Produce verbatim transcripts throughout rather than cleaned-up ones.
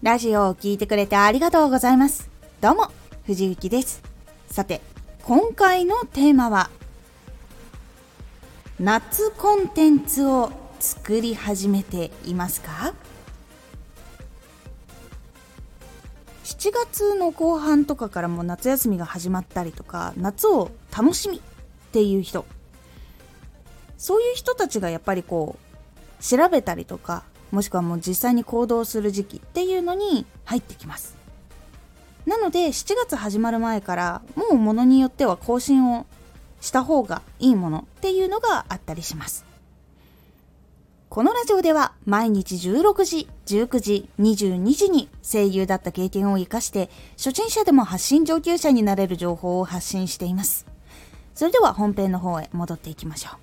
ラジオを聞いてくれてありがとうございます。どうも藤幸です。さて今回のテーマは、夏コンテンツを作り始めていますか？しちがつの後半とかからも夏休みが始まったりとか、夏を楽しみっていう人、そういう人たちがやっぱりこう調べたりとか、もしくはもう実際に行動する時期っていうのに入ってきます。なのでしちがつ始まる前からもうものによっては更新をした方がいいものっていうのがあったりします。このラジオでは毎日じゅうろくじ、じゅうくじ、にじゅうにじに声優だった経験を生かして初心者でも発信上級者になれる情報を発信しています。それでは本編の方へ戻っていきましょう。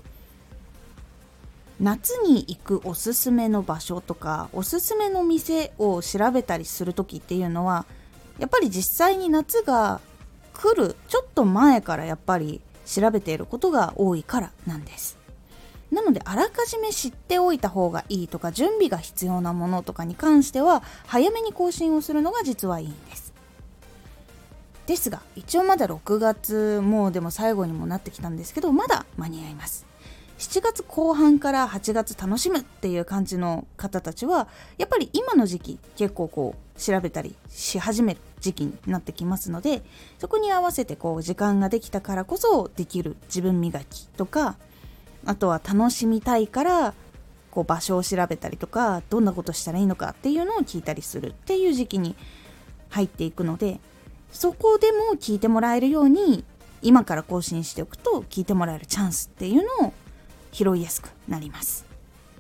夏に行くおすすめの場所とかおすすめの店を調べたりするときっていうのは、やっぱり実際に夏が来るちょっと前からやっぱり調べていることが多いからなんです。なのであらかじめ知っておいた方がいいとか、準備が必要なものとかに関しては早めに更新をするのが実はいいんです。ですが一応まだろくがつもうでも最後にもなってきたんですけど、まだ間に合います。しちがつこう半からはちがつ楽しむっていう感じの方たちはやっぱり今の時期結構こう調べたりし始める時期になってきますので、そこに合わせてこう時間ができたからこそできる自分磨きとか、あとは楽しみたいからこう場所を調べたりとか、どんなことしたらいいのかっていうのを聞いたりするっていう時期に入っていくので、そこでも聞いてもらえるように今から更新しておくと聞いてもらえるチャンスっていうのを拾いやすくなります。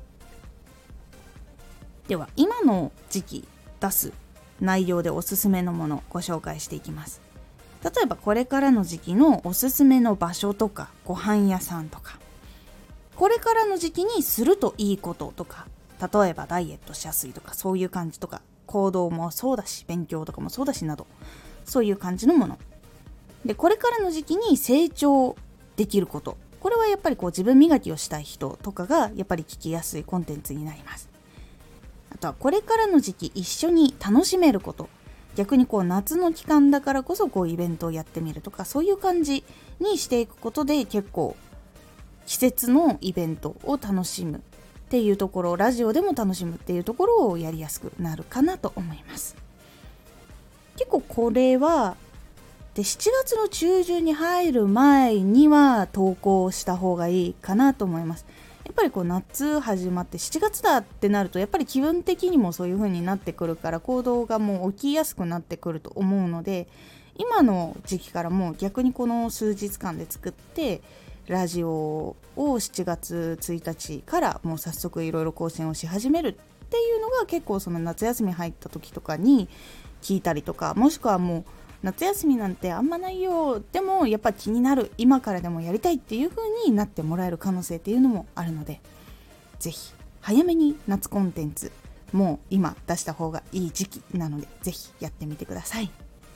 では今の時期出す内容でおすすめのものをご紹介していきます。例えばこれからの時期のおすすめの場所とかご飯屋さんとか、これからの時期にするといいこととか、例えばダイエットしやすいとか、そういう感じとか、行動もそうだし勉強とかもそうだしなど、そういう感じのもので、これからの時期に成長できること、これはやっぱりこう自分磨きをしたい人とかがやっぱり聞きやすいコンテンツになります。あとはこれからの時期一緒に楽しめること、逆にこう夏の期間だからこそこうイベントをやってみるとか、そういう感じにしていくことで結構季節のイベントを楽しむっていうところ、ラジオでも楽しむっていうところをやりやすくなるかなと思います。結構これはでしちがつの中旬に入る前には投稿した方がいいかなと思います。やっぱりこう夏始まってしちがつだってなるとやっぱり気分的にもそういう風になってくるから、行動がもう起きやすくなってくると思うので、今の時期からもう逆にこの数日間で作ってラジオをしちがつついたちからもう早速いろいろ更新をし始めるっていうのが、結構その夏休み入った時とかに聞いたりとか、もしくはもう夏休みなんてあんまないよ、でもやっぱ気になる、今からでもやりたいっていう風になってもらえる可能性っていうのもあるので、ぜひ早めに夏コンテンツもう今出した方がいい時期なので、ぜひやってみてください。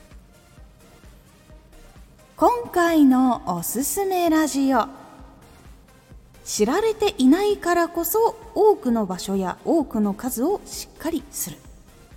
今回のおすすめラジオ、知られていないからこそ多くの場所や多くの数をしっかりする。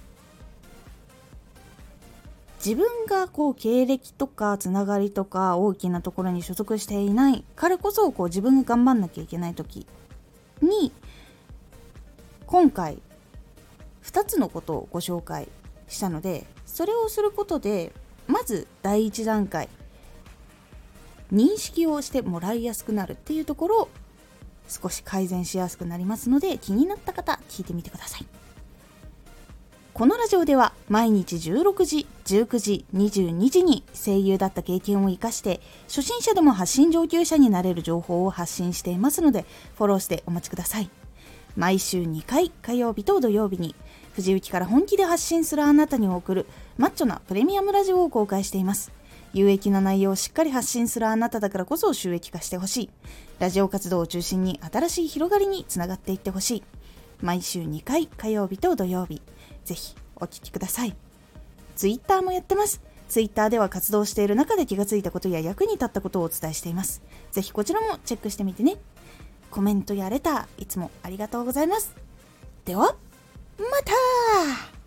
自分がこう経歴とかつながりとか大きなところに所属していないからこそ、こう自分が頑張んなきゃいけない時に、今回ふたつのことをご紹介したので、それをすることでまず第一段階、認識をしてもらいやすくなるっていうところを少し改善しやすくなりますので、気になった方聞いてみてください。このラジオでは毎日じゅうろくじ、じゅうくじ、にじゅうにじに声優だった経験を生かして初心者でも発信上級者になれる情報を発信していますので、フォローしてお待ちください。毎週にかい、火曜日と土曜日に藤雪から本気で発信するあなたに送るマッチョなプレミアムラジオを公開しています。有益な内容をしっかり発信するあなただからこそ収益化してほしい。ラジオ活動を中心に新しい広がりにつながっていってほしい。毎週にかい、火曜日と土曜日、ぜひお聞きください。ツイッターもやってます。ツイッターでは活動している中で気がついたことや役に立ったことをお伝えしています。ぜひこちらもチェックしてみてね。コメントやレターいつもありがとうございます。ではまた。